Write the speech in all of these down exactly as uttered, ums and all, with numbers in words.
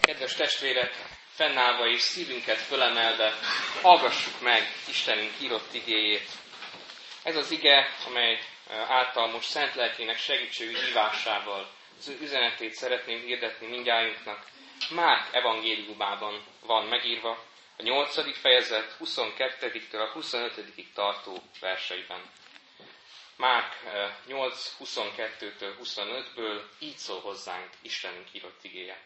Kedves testvérek, fennállva és szívünket fölemelve, hallgassuk meg Istenünk írott igéjét. Ez az ige, amely által most szent lelkének segítségű hívásával az ő üzenetét szeretném hirdetni mindnyájunknak, Márk evangéliumában van megírva, a nyolcadik fejezet huszonkettőtől a huszonötödikig tartó verseiben. Márk nyolc huszonkettőtől huszonötből így szól hozzánk Istenünk írott igéje.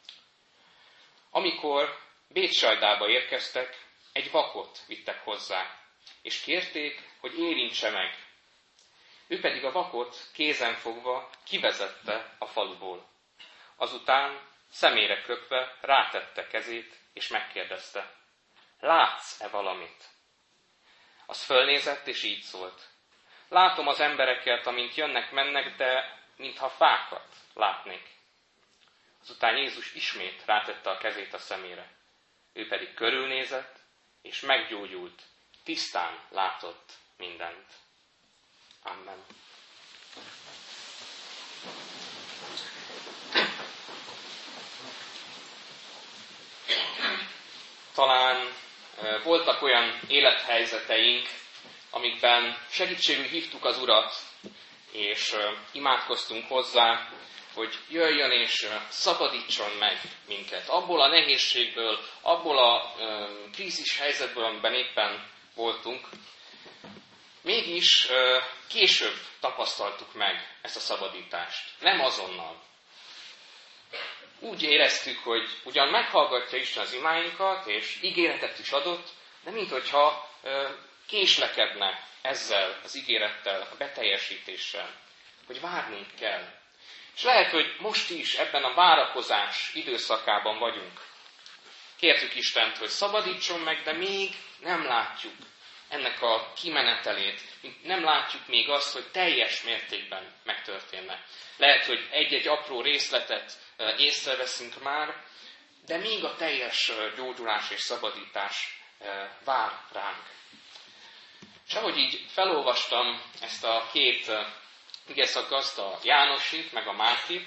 Amikor Bétsajdába érkeztek, egy vakot vittek hozzá, és kérték, hogy érintse meg. Ő pedig a vakot kézen fogva kivezette a faluból. Azután szemére köpve rátette kezét, és megkérdezte, látsz-e valamit? Az fölnézett, és így szólt. Látom az embereket, amint jönnek-mennek, de mintha fákat látnék. Azután Jézus ismét rátette a kezét a szemére. Ő pedig körülnézett, és meggyógyult, tisztán látott mindent. Amen. Talán voltak olyan élethelyzeteink, amikben segítségül hívtuk az Urat, és imádkoztunk hozzá, hogy jöjjön és szabadítson meg minket. Abból a nehézségből, abból a krízis helyzetből, amiben éppen voltunk. Mégis később tapasztaltuk meg ezt a szabadítást. Nem azonnal. Úgy éreztük, hogy ugyan meghallgatja Isten az imáinkat, és ígéretet is adott, de minthogyha késlekedne ezzel az ígérettel, a beteljesítéssel, hogy várnunk kell. És lehet, hogy most is ebben a várakozás időszakában vagyunk. Kértük Istent, hogy szabadítson meg, de még nem látjuk ennek a kimenetelét. Nem látjuk még azt, hogy teljes mértékben megtörténne. Lehet, hogy egy-egy apró részletet észreveszünk már, de még a teljes gyógyulás és szabadítás vár ránk. És ahogy így felolvastam ezt a két igeszakaszt, a Jánosit, meg a Márkit,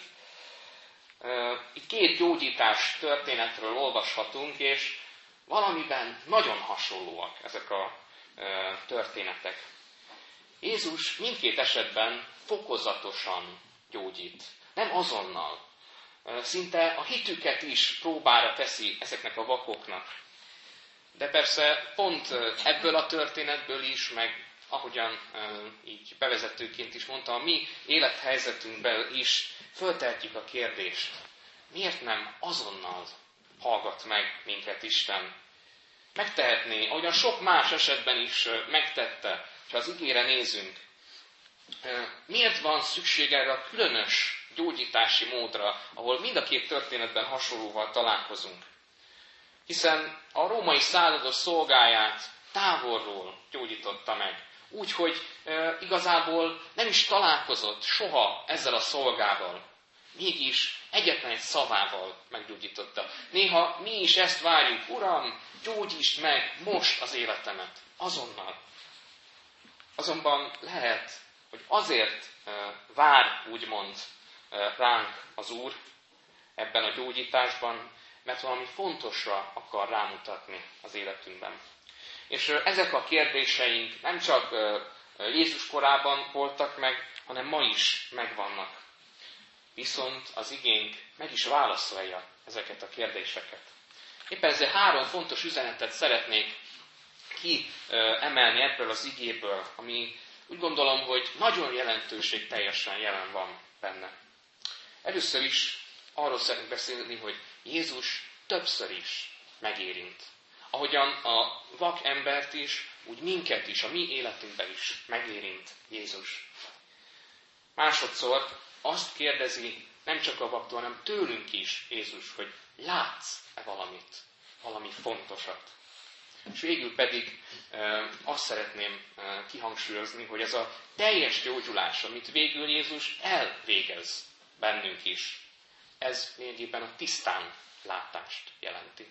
itt két gyógyítás történetről olvashatunk, és valamiben nagyon hasonlóak ezek a történetek. Jézus mindkét esetben fokozatosan gyógyít, nem azonnal. Szinte a hitüket is próbára teszi ezeknek a vakoknak. De persze pont ebből a történetből is, meg ahogyan így bevezetőként is mondta, a mi élethelyzetünkben is föltehetjük a kérdést. Miért nem azonnal hallgat meg minket Isten? Megtehetné, ahogyan sok más esetben is megtette, ha az igére nézünk. Miért van szükség erre a különös gyógyítási módra, ahol mind a két történetben hasonlóval találkozunk? Hiszen a római százados szolgáját távolról gyógyította meg. Úgy, hogy e, igazából nem is találkozott soha ezzel a szolgával. Mégis egyetlen egy szavával meggyógyította. Néha mi is ezt várjuk, Uram, gyógyítsd meg most az életemet. Azonnal. Azonban lehet, hogy azért e, vár, úgymond e, ránk az Úr ebben a gyógyításban, mert valami fontosra akar rámutatni az életünkben. És ezek a kérdéseink nem csak Jézus korában voltak meg, hanem ma is megvannak. Viszont az igénk meg is válaszolja ezeket a kérdéseket. Éppen ezért három fontos üzenetet szeretnék kiemelni ebből az igéből, ami úgy gondolom, hogy nagyon jelentőségteljesen jelen van benne. Először is arról szeretnék beszélni, hogy Jézus többször is megérint. Ahogyan a vak embert is, úgy minket is, a mi életünkben is megérint Jézus. Másodszor azt kérdezi nem csak a vaktól, hanem tőlünk is Jézus, hogy látsz-e valamit, valami fontosat. És végül pedig e, azt szeretném e, kihangsúlyozni, hogy ez a teljes gyógyulás, amit végül Jézus elvégez bennünk is, ez lényegében a tisztán látást jelenti.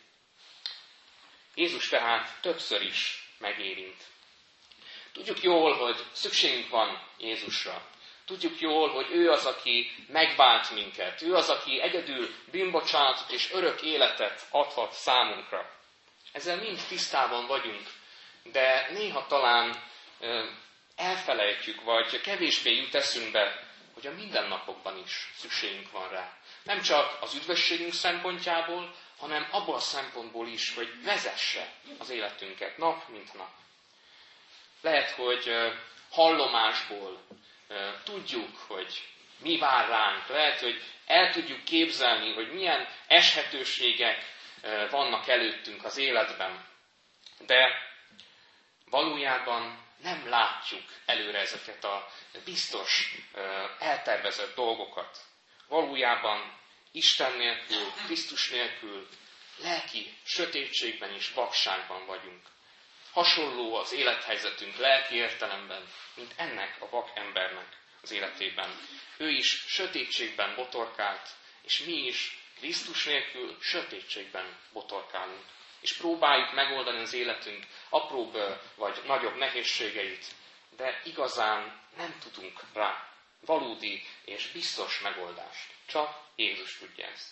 Jézus tehát többször is megérint. Tudjuk jól, hogy szükségünk van Jézusra. Tudjuk jól, hogy ő az, aki megvált minket. Ő az, aki egyedül bűnbocsánatot és örök életet adhat számunkra. Ezzel mind tisztában vagyunk, de néha talán elfelejtjük, vagy kevésbé jut eszünkbe, hogy a mindennapokban is szükségünk van rá. Nem csak az üdvösségünk szempontjából, hanem abból a szempontból is, hogy vezesse az életünket nap, mint nap. Lehet, hogy hallomásból tudjuk, hogy mi vár ránk. Lehet, hogy el tudjuk képzelni, hogy milyen eshetőségek vannak előttünk az életben. De valójában nem látjuk előre ezeket a biztos, eltervezett dolgokat. Valójában Isten nélkül, Krisztus nélkül, lelki sötétségben és vakságban vagyunk. Hasonló az élethelyzetünk lelki értelemben, mint ennek a vak embernek az életében. Ő is sötétségben botorkált, és mi is Krisztus nélkül sötétségben botorkálunk. És próbáljuk megoldani az életünk apróbb vagy nagyobb nehézségeit, de igazán nem tudunk rá valódi és biztos megoldást. Csak Jézus tudja ezt.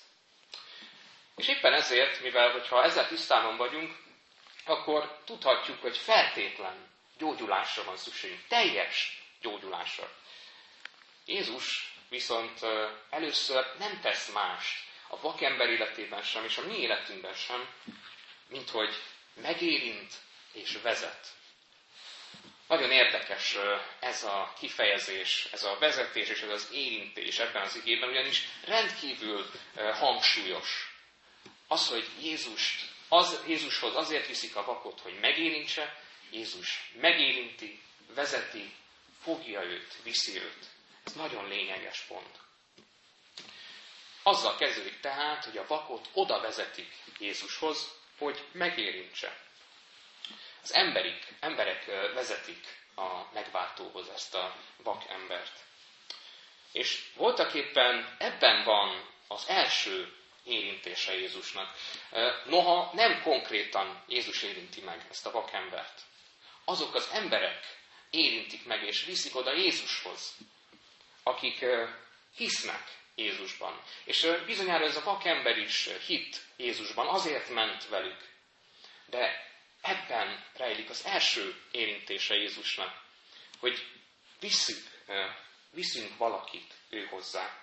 És éppen ezért, mivel hogyha ezzel tisztában vagyunk, akkor tudhatjuk, hogy feltétlen gyógyulásra van szükségünk. Teljes gyógyulásra. Jézus viszont először nem tesz mást a vakember életében sem, és a mi életünkben sem, mint hogy megérint és vezet. Nagyon érdekes ez a kifejezés, ez a vezetés és ez az érintés ebben az igében, ugyanis rendkívül hangsúlyos. Az, hogy Jézust, az, Jézushoz azért viszik a vakot, hogy megérintse, Jézus megérinti, vezeti, fogja őt, viszi őt. Ez nagyon lényeges pont. Azzal kezdődik tehát, hogy a vakot oda vezetik Jézushoz, hogy megérintse. Az emberik, emberek vezetik a megváltóhoz ezt a vak embert. És voltaképpen ebben van az első érintése Jézusnak. Noha nem konkrétan Jézus érinti meg ezt a vak embert. Azok az emberek érintik meg és viszik oda Jézushoz, akik hisznek Jézusban. És bizonyára ez a vakember is hitt Jézusban, azért ment velük. De ebben rejlik az első érintése Jézusnak, hogy visszük, viszünk valakit ő hozzá.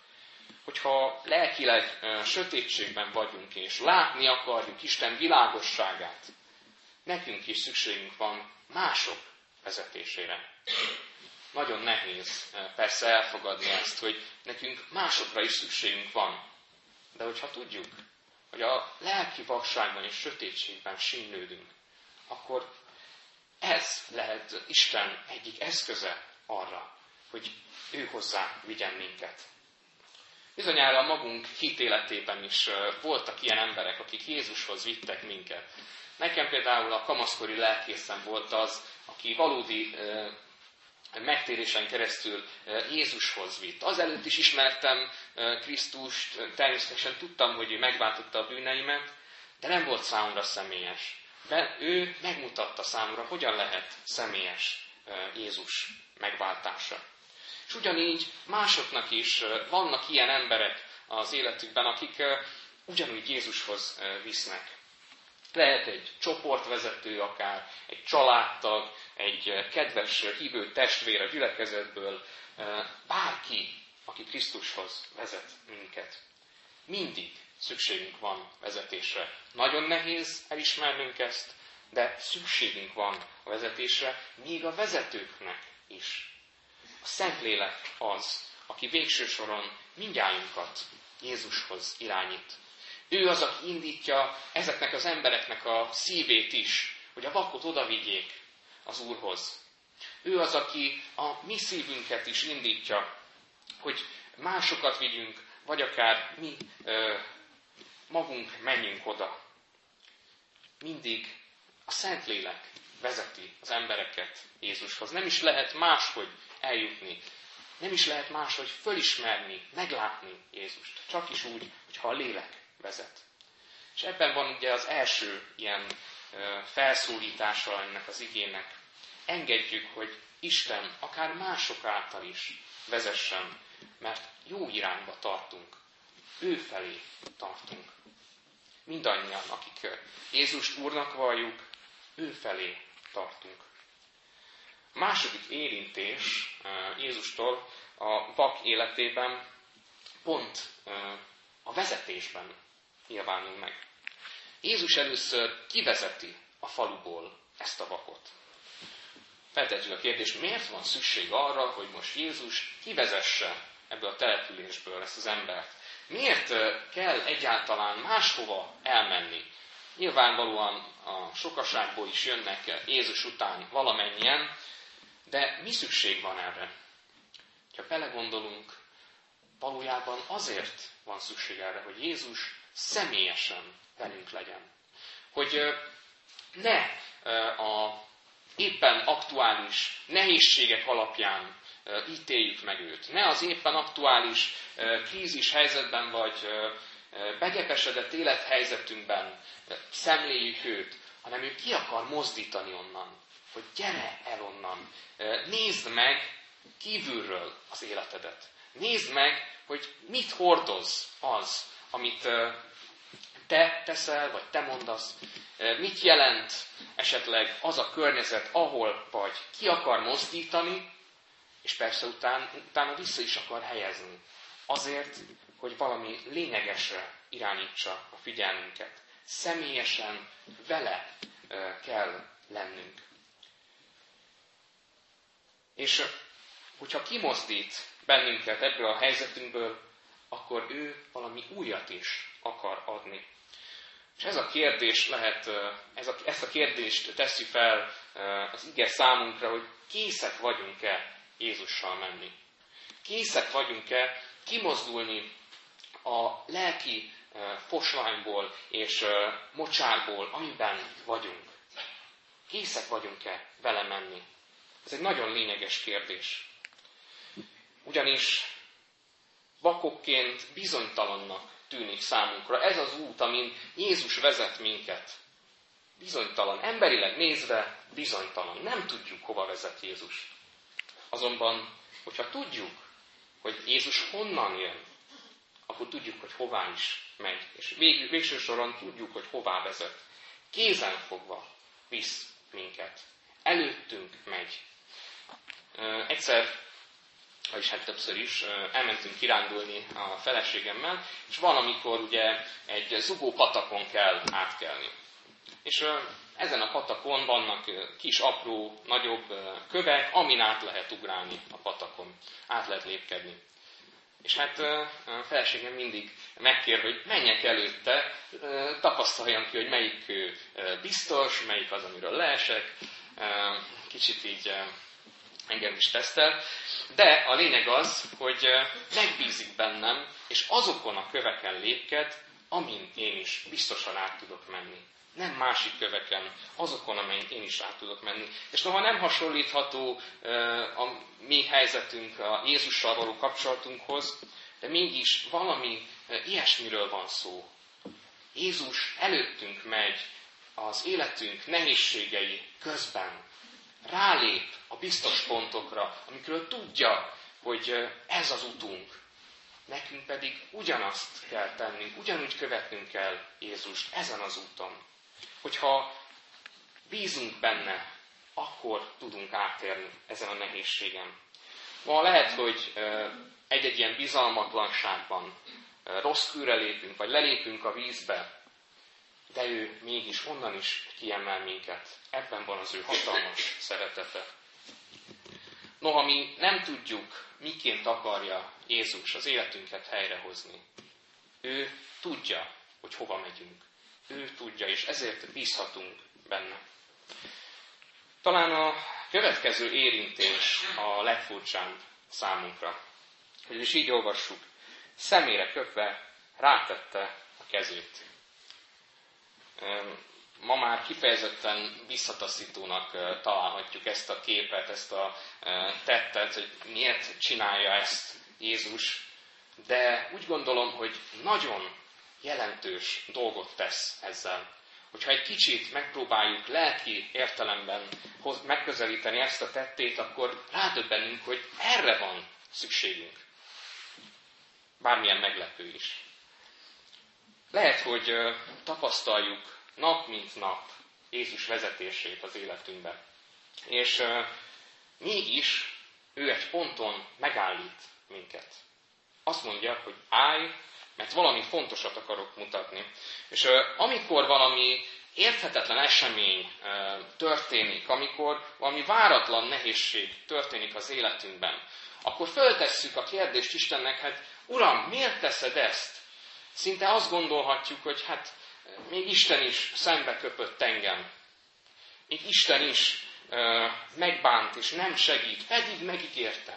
Hogyha lelkileg sötétségben vagyunk, és látni akarjuk Isten világosságát, nekünk is szükségünk van mások vezetésére. Nagyon nehéz persze elfogadni ezt, hogy nekünk másokra is szükségünk van. De hogyha tudjuk, hogy a lelki vakságban és sötétségben sínlődünk, akkor ez lehet Isten egyik eszköze arra, hogy ő hozzá vigyen minket. Bizonyára a magunk hitéletében is voltak ilyen emberek, akik Jézushoz vittek minket. Nekem például a kamaszkori lelkészem volt az, aki valódi megtérésen keresztül Jézushoz vitt. Azelőtt is ismertem Krisztust, természetesen tudtam, hogy ő megváltotta a bűneimet, de nem volt számomra személyes. De ő megmutatta számomra, hogyan lehet személyes Jézus megváltása. És ugyanígy másoknak is vannak ilyen emberek az életükben, akik ugyanúgy Jézushoz visznek. Lehet egy csoportvezető akár, egy családtag, egy kedves hívő testvér a gyülekezetből, bárki, aki Krisztushoz vezet minket. Mindig szükségünk van vezetésre. Nagyon nehéz elismernünk ezt, de szükségünk van a vezetésre, még a vezetőknek is. A Szentlélek az, aki végső soron mindnyájunkat Jézushoz irányít. Ő az, aki indítja ezeknek az embereknek a szívét is, hogy a vakot odavigyék az Úrhoz. Ő az, aki a mi szívünket is indítja, hogy másokat vigyünk, vagy akár mi ö, magunk menjünk oda. Mindig a Szentlélek vezeti az embereket Jézushoz. Nem is lehet máshogy eljutni. Nem is lehet máshogy fölismerni, meglátni Jézust. Csak is úgy, hogyha a lélek vezet. És ebben van ugye az első ilyen felszólítása ennek az igének. Engedjük, hogy Isten akár mások által is vezessen, mert jó irányba tartunk. Ő felé tartunk. Mindannyian, akik Jézust Úrnak valljuk, ő felé tartunk. A második érintés Jézustól a vak életében pont a vezetésben nyilvánul meg. Jézus először kivezeti a faluból ezt a vakot. Feltehetjük a kérdést, miért van szükség arra, hogy most Jézus kivezesse ebből a településből ezt az embert? Miért kell egyáltalán máshova elmenni? Nyilvánvalóan a sokaságból is jönnek Jézus után valamennyien, de mi szükség van erre? Ha belegondolunk, valójában azért van szükség erre, hogy Jézus személyesen velünk legyen. Hogy ne a éppen aktuális nehézségek alapján ítéljük meg őt. Ne az éppen aktuális krízis helyzetben vagy begyepesedett élethelyzetünkben szemléljük őt, hanem ő ki akar mozdítani onnan, hogy gyere el onnan, nézd meg kívülről az életedet. Nézd meg, hogy mit hordoz az, amit te teszel, vagy te mondasz, mit jelent esetleg az a környezet, ahol vagy, ki akar mozdítani, és persze után, utána vissza is akar helyezni. Azért, hogy valami lényegesre irányítsa a figyelmünket. Személyesen vele kell lennünk. És hogyha kimozdít bennünket ebből a helyzetünkből, akkor ő valami újat is akar adni. És ez a kérdés lehet, ez a, ezt a kérdést teszi fel az ige számunkra, hogy készek vagyunk-e Jézussal menni. Készek vagyunk-e kimozdulni a lelki foslányból és mocsárból, amiben vagyunk. Készek vagyunk-e vele menni? Ez egy nagyon lényeges kérdés. Ugyanis vakokként bizonytalannak tűnik számunkra. Ez az út, amin Jézus vezet minket. Bizonytalan. Emberileg nézve bizonytalan. Nem tudjuk, hova vezet Jézus. Azonban, hogyha tudjuk, hogy Jézus honnan jön, akkor tudjuk, hogy hová is megy. És vég, végső soron tudjuk, hogy hová vezet. Kézen fogva visz minket. Előttünk megy. Egyszer, vagyis hát többször is, elmentünk kirándulni a feleségemmel, és van, amikor ugye egy zugó patakon kell átkelni. És ezen a patakon vannak kis, apró, nagyobb kövek, amin át lehet ugrálni a patakon. Át lehet lépkedni. És hát a feleségem mindig megkér, hogy menjek előtte, tapasztaljam ki, hogy melyik kő biztos, melyik az, amiről leesek. Kicsit így engem is tesztel. De a lényeg az, hogy megbízik bennem, és azokon a köveken lépked, amin én is biztosan át tudok menni. Nem másik köveken, azokon, amelyen én is át tudok menni. És noha nem hasonlítható a mi helyzetünk a Jézussal való kapcsolatunkhoz, de mégis valami ilyesmiről van szó. Jézus előttünk megy az életünk nehézségei közben. Rálép a biztos pontokra, amikről tudja, hogy ez az utunk. Nekünk pedig ugyanazt kell tennünk, ugyanúgy követnünk kell Jézust ezen az úton. Hogyha bízunk benne, akkor tudunk áttérni ezen a nehézségen. Ma lehet, hogy egy-egy ilyen bizalmatlanságban rossz kőre lépünk, vagy lelépünk a vízbe, de ő mégis onnan is kiemel minket. Ebben van az ő hatalmas szeretete. Noha mi nem tudjuk, miként akarja Jézus az életünket helyrehozni. Ő tudja, hogy hova megyünk. Ő tudja, és ezért bízhatunk benne. Talán a következő érintés a legfurcsább számunkra. És így olvassuk. Szemére köpve rátette a kezét. Ma már kifejezetten visszataszítónak találhatjuk ezt a képet, ezt a tettet, hogy miért csinálja ezt Jézus. De úgy gondolom, hogy nagyon jelentős dolgot tesz ezzel. Hogyha egy kicsit megpróbáljuk lelki értelemben megközelíteni ezt a tettét, akkor rádöbbenünk, hogy erre van szükségünk. Bármilyen meglepő is. Lehet, hogy tapasztaljuk nap mint nap Jézus vezetését az életünkben. És mégis ő egy ponton megállít minket. Azt mondja, hogy állj, mert valami fontosat akarok mutatni. És amikor valami érthetetlen esemény történik, amikor valami váratlan nehézség történik az életünkben, akkor föltesszük a kérdést Istennek, hát Uram, miért teszed ezt? Szinte azt gondolhatjuk, hogy hát még Isten is szembe köpött engem. Még Isten is uh, megbánt és nem segít, pedig megígérte.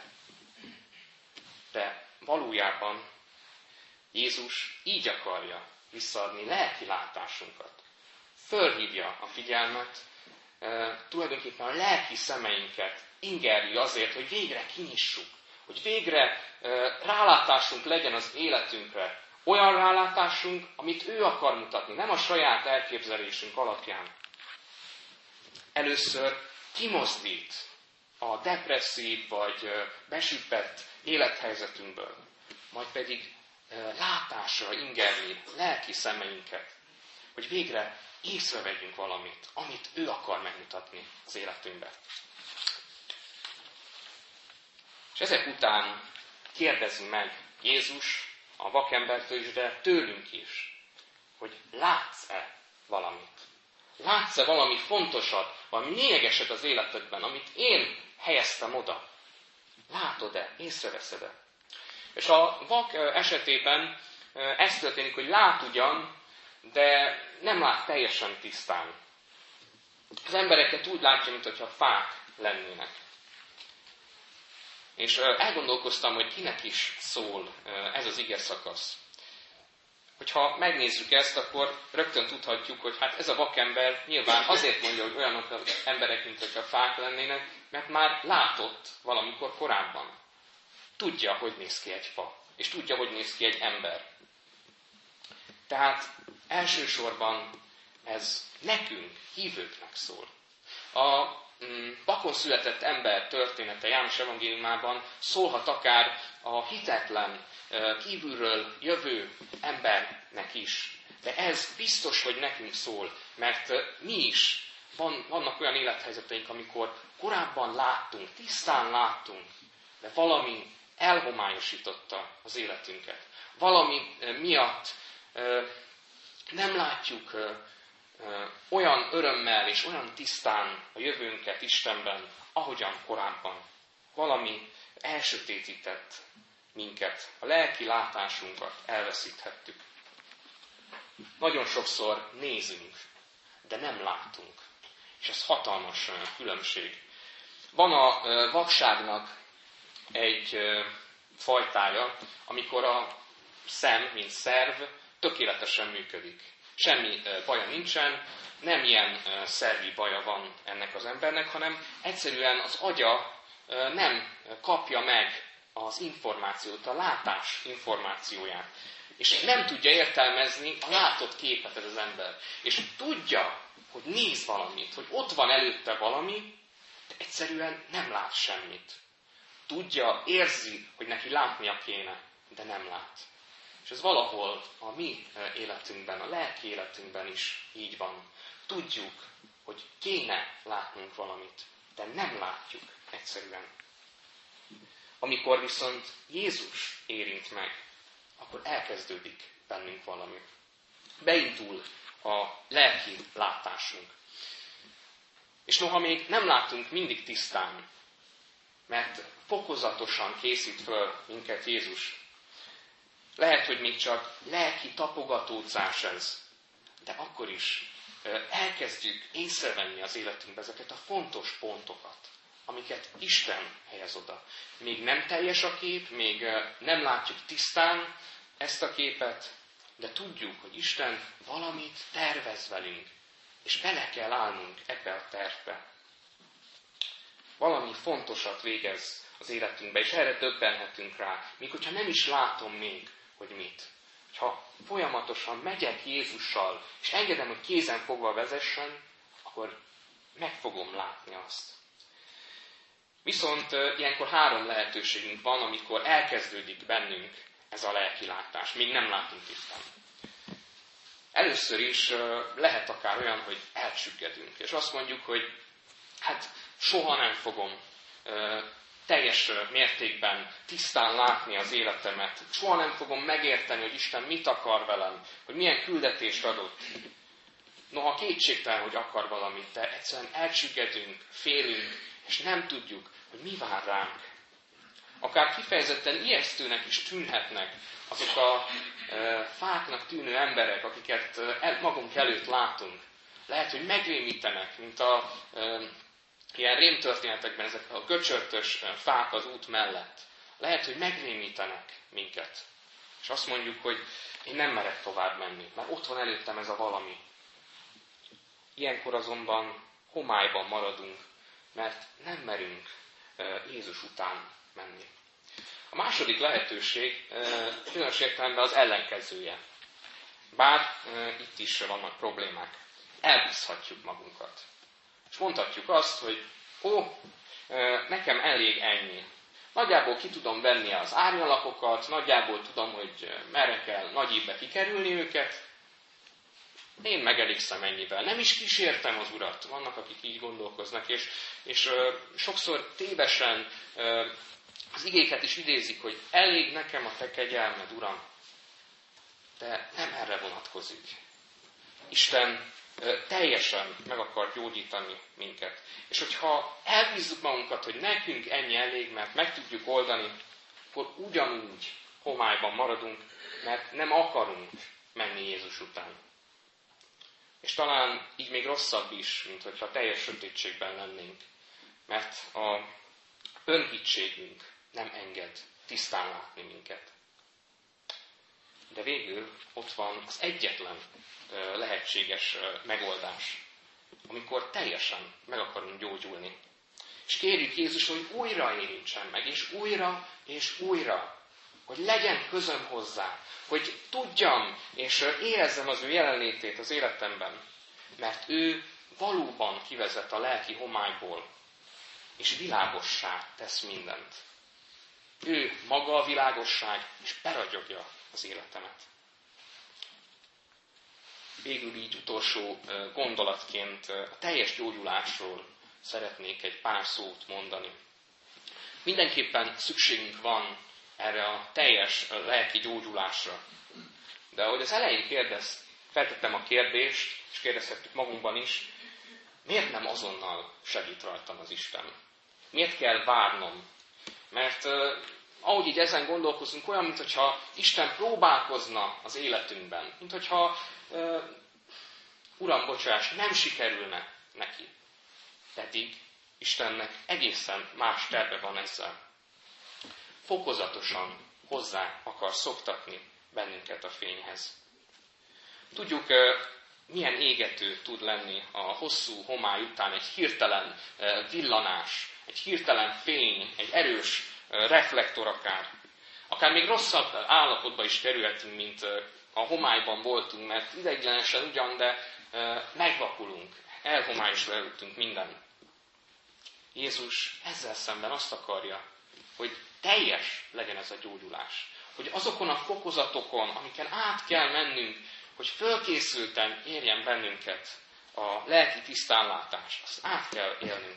De valójában Jézus így akarja visszaadni lelki látásunkat. Fölhívja a figyelmet, uh, tulajdonképpen a lelki szemeinket ingerli azért, hogy végre kinyissuk, hogy végre uh, rálátásunk legyen az életünkre, olyan rálátásunk, amit ő akar mutatni, nem a saját elképzelésünk alapján. Először kimozdít a depresszív vagy besüppett élethelyzetünkből, majd pedig látásra ingerli lelki szemeinket, hogy végre észrevegyünk valamit, amit ő akar megmutatni az életünkben. És ezek után kérdezi meg Jézus a vakembertől is, de tőlünk is, hogy látsz-e valamit? Látsz-e valami fontosat, valami lényegeset az életedben, amit én helyeztem oda? Látod-e? Észreveszed-e? És a vak esetében ez történik, hogy lát ugyan, de nem lát teljesen tisztán. Az embereket úgy látja, mintha fák lennének. És elgondolkoztam, hogy kinek is szól ez az ige szakasz. Hogyha megnézzük ezt, akkor rögtön tudhatjuk, hogy hát ez a vakember nyilván azért mondja, hogy olyanok az emberek, mint hogyha fák lennének, mert már látott valamikor korábban. Tudja, hogy néz ki egy fa, és tudja, hogy néz ki egy ember. Tehát elsősorban ez nekünk, hívőknek szól. A vakon született ember története János evangéliumában szólhat akár a hitetlen, kívülről jövő embernek is. De ez biztos, hogy nekünk szól, mert mi is van, vannak olyan élethelyzeteink, amikor korábban láttunk, tisztán láttunk, de valami elhomályosította az életünket. Valami miatt nem látjuk olyan örömmel és olyan tisztán a jövőnket Istenben, ahogyan korábban. Valami elsötétített minket, a lelki látásunkat elveszíthettük. Nagyon sokszor nézünk, de nem látunk. És ez hatalmas különbség. Van a vakságnak egy fajtája, amikor a szem, mint szerv, tökéletesen működik. Semmi baja nincsen, nem ilyen szervi baja van ennek az embernek, hanem egyszerűen az agya nem kapja meg az információt, a látás információját. És nem tudja értelmezni a látott képet ez az ember. És tudja, hogy néz valamit, hogy ott van előtte valami, de egyszerűen nem lát semmit. Tudja, érzi, hogy neki látnia kéne, de nem lát. És ez valahol a mi életünkben, a lelki életünkben is így van. Tudjuk, hogy kéne látnunk valamit, de nem látjuk egyszerűen. Amikor viszont Jézus érint meg, akkor elkezdődik bennünk valami. Beindul a lelki látásunk. És noha még nem látunk mindig tisztán, mert fokozatosan készít föl minket Jézus. Lehet, hogy még csak lelki tapogatózás ez, de akkor is elkezdjük észrevenni az életünkbe ezeket a fontos pontokat, amiket Isten helyez oda. Még nem teljes a kép, még nem látjuk tisztán ezt a képet, de tudjuk, hogy Isten valamit tervez velünk, és bele kell állnunk ebbe a tervbe. Valami fontosat végez az életünkbe, és erre döbbenhetünk rá, míg hogyha nem is látom még, hogy mit. Ha folyamatosan megyek Jézussal, és engedem, hogy kézen fogva vezessen, akkor meg fogom látni azt. Viszont ilyenkor három lehetőségünk van, amikor elkezdődik bennünk ez a lelkilátás. Még nem látunk tisztán. Először is lehet akár olyan, hogy elcsüggedünk, és azt mondjuk, hogy hát soha nem fogom teljes mértékben tisztán látni az életemet. Soha nem fogom megérteni, hogy Isten mit akar velem, hogy milyen küldetést adott. Noha kétségtelen, hogy akar valamit, de egyszerűen elcsüggedünk, félünk, és nem tudjuk, hogy mi vár ránk. Akár kifejezetten ijesztőnek is tűnhetnek azok a e, fáknak tűnő emberek, akiket e, magunk előtt látunk. Lehet, hogy megrémítenek, mint a e, ilyen rémtörténetekben ezek a göcsörtös fák az út mellett. Lehet, hogy megrémítenek minket. És azt mondjuk, hogy én nem merek tovább menni, mert ott van előttem ez a valami. Ilyenkor azonban homályban maradunk, mert nem merünk Jézus után menni. A második lehetőség különös értelemben az ellenkezője. Bár itt is vannak problémák. Elbízhatjuk magunkat. És mondhatjuk azt, hogy ó, nekem elég ennyi. Nagyjából ki tudom venni az árnyalakokat, nagyjából tudom, hogy merre kell nagy évbe kikerülni őket. Én megelégszem ennyivel. Nem is kísértem az Urat. Vannak, akik így gondolkoznak, és, és uh, sokszor tévesen uh, az igéket is idézik, hogy elég nekem a te kegyelmed, Uram. De nem erre vonatkozik. Isten uh, teljesen meg akar gyógyítani minket. És hogyha elbízzuk magunkat, hogy nekünk ennyi elég, mert meg tudjuk oldani, akkor ugyanúgy homályban maradunk, mert nem akarunk menni Jézus után. És talán így még rosszabb is, mint hogyha teljes sötétségben lennénk. Mert a önhitségünk nem enged tisztán látni minket. De végül ott van az egyetlen lehetséges megoldás, amikor teljesen meg akarunk gyógyulni. És kérjük Jézus, hogy újra érintsen meg, és újra, és újra, hogy legyen közöm hozzá, hogy tudjam, és érezzem az ő jelenlétét az életemben, mert ő valóban kivezet a lelki homályból, és világossá tesz mindent. Ő maga a világosság, és beragyogja az életemet. Végül így utolsó gondolatként a teljes gyógyulásról szeretnék egy pár szót mondani. Mindenképpen szükségünk van erre a teljes lelki gyógyulásra. De ahogy az elején kérdez, feltettem a kérdést, és kérdezhettük magunkban is, miért nem azonnal segít rajtam az Isten? Miért kell várnom? Mert uh, ahogy így ezen gondolkozunk, olyan, mintha Isten próbálkozna az életünkben. Mintha, uh, Uram, bocsáss, nem sikerülne neki. Pedig Istennek egészen más terve van ezzel. Fokozatosan hozzá akar szoktatni bennünket a fényhez. Tudjuk, milyen égető tud lenni a hosszú homály után egy hirtelen villanás, egy hirtelen fény, egy erős reflektor akár. Akár még rosszabb állapotba is kerülhetünk, mint a homályban voltunk, mert ideiglenesen ugyan, de megvakulunk, elhomályosodtunk minden. Jézus ezzel szemben azt akarja, hogy teljes legyen ez a gyógyulás. Hogy azokon a fokozatokon, amiken át kell mennünk, hogy fölkészülten érjen bennünket a lelki tisztánlátás, azt át kell élnünk.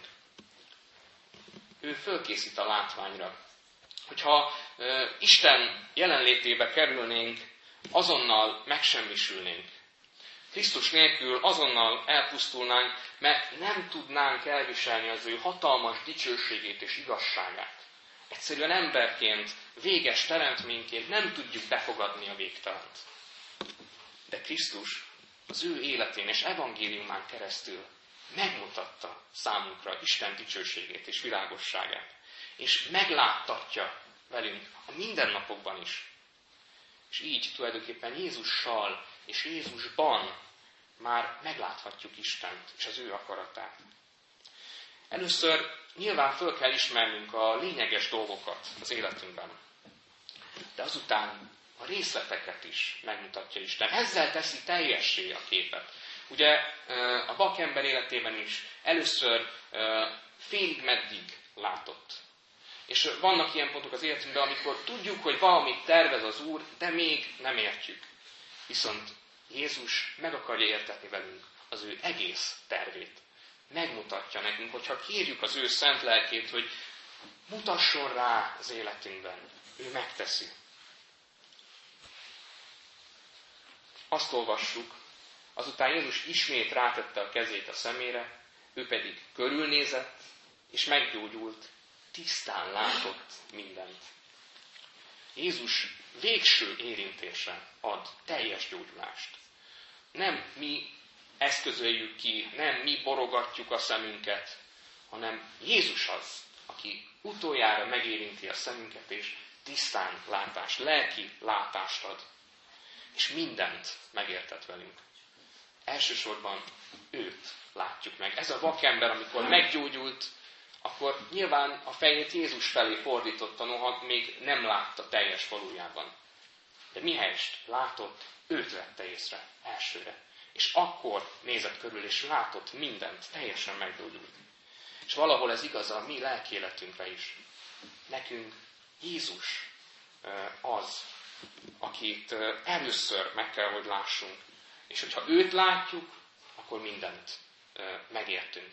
Ő fölkészít a látványra. Hogyha uh, Isten jelenlétébe kerülnénk, azonnal megsemmisülnénk. Krisztus nélkül azonnal elpusztulnánk, mert nem tudnánk elviselni az ő hatalmas dicsőségét és igazságát. Egyszerűen emberként, véges teremtményként nem tudjuk befogadni a végtelent. De Krisztus az ő életén és evangéliumán keresztül megmutatta számunkra Isten dicsőségét és világosságát. És megláttatja velünk a mindennapokban is. És így tulajdonképpen Jézussal és Jézusban már megláthatjuk Istent és az ő akaratát. Először nyilván föl kell ismernünk a lényeges dolgokat az életünkben. De azután a részleteket is megmutatja Isten. Ezzel teszi teljessé a képet. Ugye a vakember életében is először félig meddig látott. És vannak ilyen pontok az életünkben, amikor tudjuk, hogy valamit tervez az Úr, de még nem értjük. Viszont Jézus meg akarja értetni velünk az ő egész tervét. Megmutatja nekünk, hogyha kérjük az ő szent lelkét, hogy mutasson rá az életünkben. Ő megteszi. Azt olvassuk, azután Jézus ismét rátette a kezét a szemére, ő pedig körülnézett, és meggyógyult, tisztán látott mindent. Jézus végső érintésre ad teljes gyógyulást. Nem mi eszközöljük ki, nem mi borogatjuk a szemünket, hanem Jézus az, aki utoljára megérinti a szemünket, és tisztán látást, lelki látást ad. És mindent megértett velünk. Elsősorban őt látjuk meg. Ez a vakember, amikor meggyógyult, akkor nyilván a fejét Jézus felé fordította, noha még nem látta teljes valójában. De mihelyest látott, őt vette észre elsőre. És akkor nézett körül, és látott mindent, teljesen meggyógyult. És valahol ez igaz a mi lelkéletünkre is. Nekünk Jézus az, akit először meg kell, hogy lássunk. És hogyha őt látjuk, akkor mindent megértünk.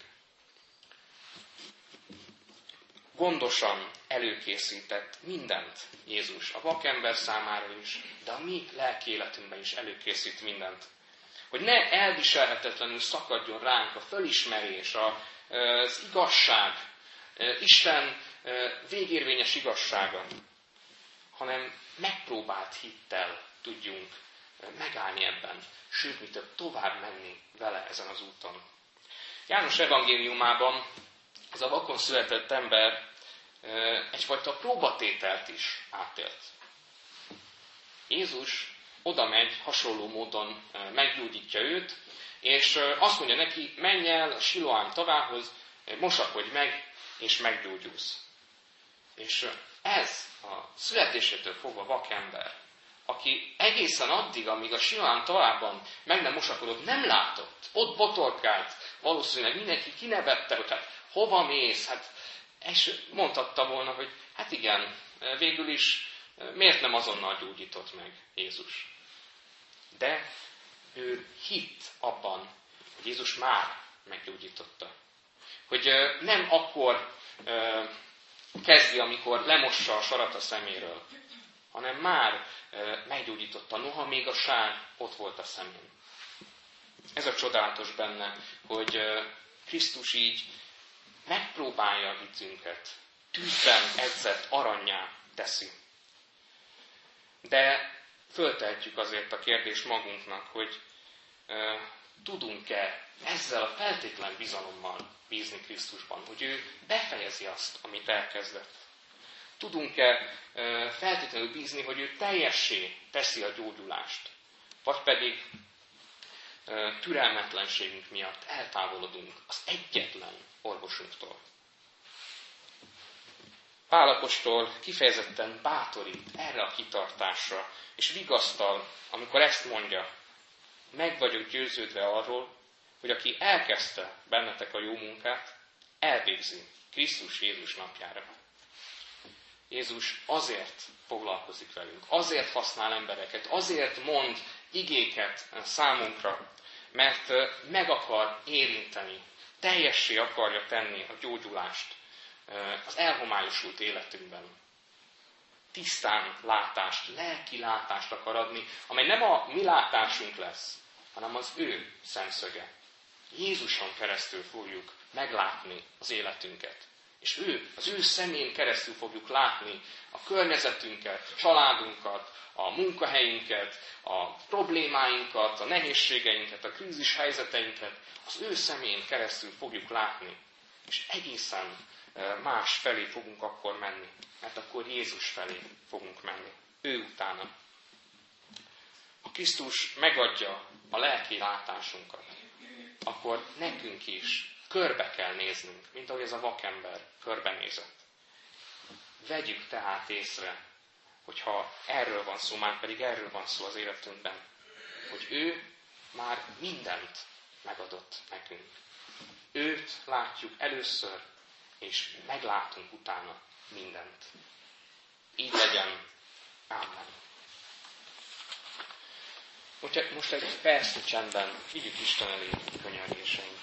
Gondosan előkészített mindent Jézus a vakember számára is, de a mi lelkiéletünkben is előkészít mindent. Hogy ne elviselhetetlenül szakadjon ránk a fölismerés, az igazság, Isten végérvényes igazsága, hanem megpróbált hittel tudjunk megállni ebben, sőt, mi több tovább menni vele ezen az úton. János evangéliumában ez a vakon született ember egyfajta próbatételt is átélt. Jézus oda megy, hasonló módon meggyógyítja őt, és azt mondja neki, menj el a Siloám tavához, mosakodj meg, és meggyógyulsz. És ez a születésétől fogva vakember, aki egészen addig, amíg a Siloám tavában meg nem mosakodott, nem látott, ott botorkált, valószínűleg mindenki kinevette, hogy hát hova mész, hát és mondhatta volna, hogy hát igen, végül is miért nem azonnal gyógyított meg Jézus. De ő hitt abban, hogy Jézus már meggyógyította. Hogy nem akkor kezdi, amikor lemossa a sarat a szeméről, hanem már meggyógyította, noha még a sár ott volt a szemén. Ez a csodálatos benne, hogy Krisztus így megpróbálja a hitünket, tűzben edzett arannyá teszi. De föltehetjük azért a kérdést magunknak, hogy e, tudunk-e ezzel a feltétlen bizalommal bízni Krisztusban, hogy ő befejezi azt, amit elkezdett. Tudunk-e e, feltétlenül bízni, hogy ő teljessé teszi a gyógyulást, vagy pedig e, türelmetlenségünk miatt eltávolodunk az egyetlen orvosunktól. Pál apostol kifejezetten bátorít erre a kitartásra, és vigasztal, amikor ezt mondja, meg vagyok győződve arról, hogy aki elkezdte bennetek a jó munkát, elvégzi Krisztus Jézus napjára. Jézus azért foglalkozik velünk, azért használ embereket, azért mond igéket számunkra, mert meg akar érinteni, teljessé akarja tenni a gyógyulást az elhomályosult életünkben. Tisztán látást, lelki látást akar adni, amely nem a mi látásunk lesz, hanem az ő szemszöge. Jézuson keresztül fogjuk meglátni az életünket. És ő, az ő szemén keresztül fogjuk látni a környezetünket, a családunkat, a munkahelyünket, a problémáinkat, a nehézségeinket, a krízis helyzeteinket. Az ő szemén keresztül fogjuk látni. És egészen más felé fogunk akkor menni. Mert akkor Jézus felé fogunk menni. Ő utána. Ha Krisztus megadja a lelki látásunkat, akkor nekünk is körbe kell néznünk, mint ahogy ez a vakember körbenézett. Vegyük tehát észre, hogyha erről van szó, már pedig erről van szó az életünkben, hogy ő már mindent megadott nekünk. Őt látjuk először, és meglátunk utána mindent. Így legyen. Amen. Most egy percnyi csendben vigyük Isten elé könyörgéseink.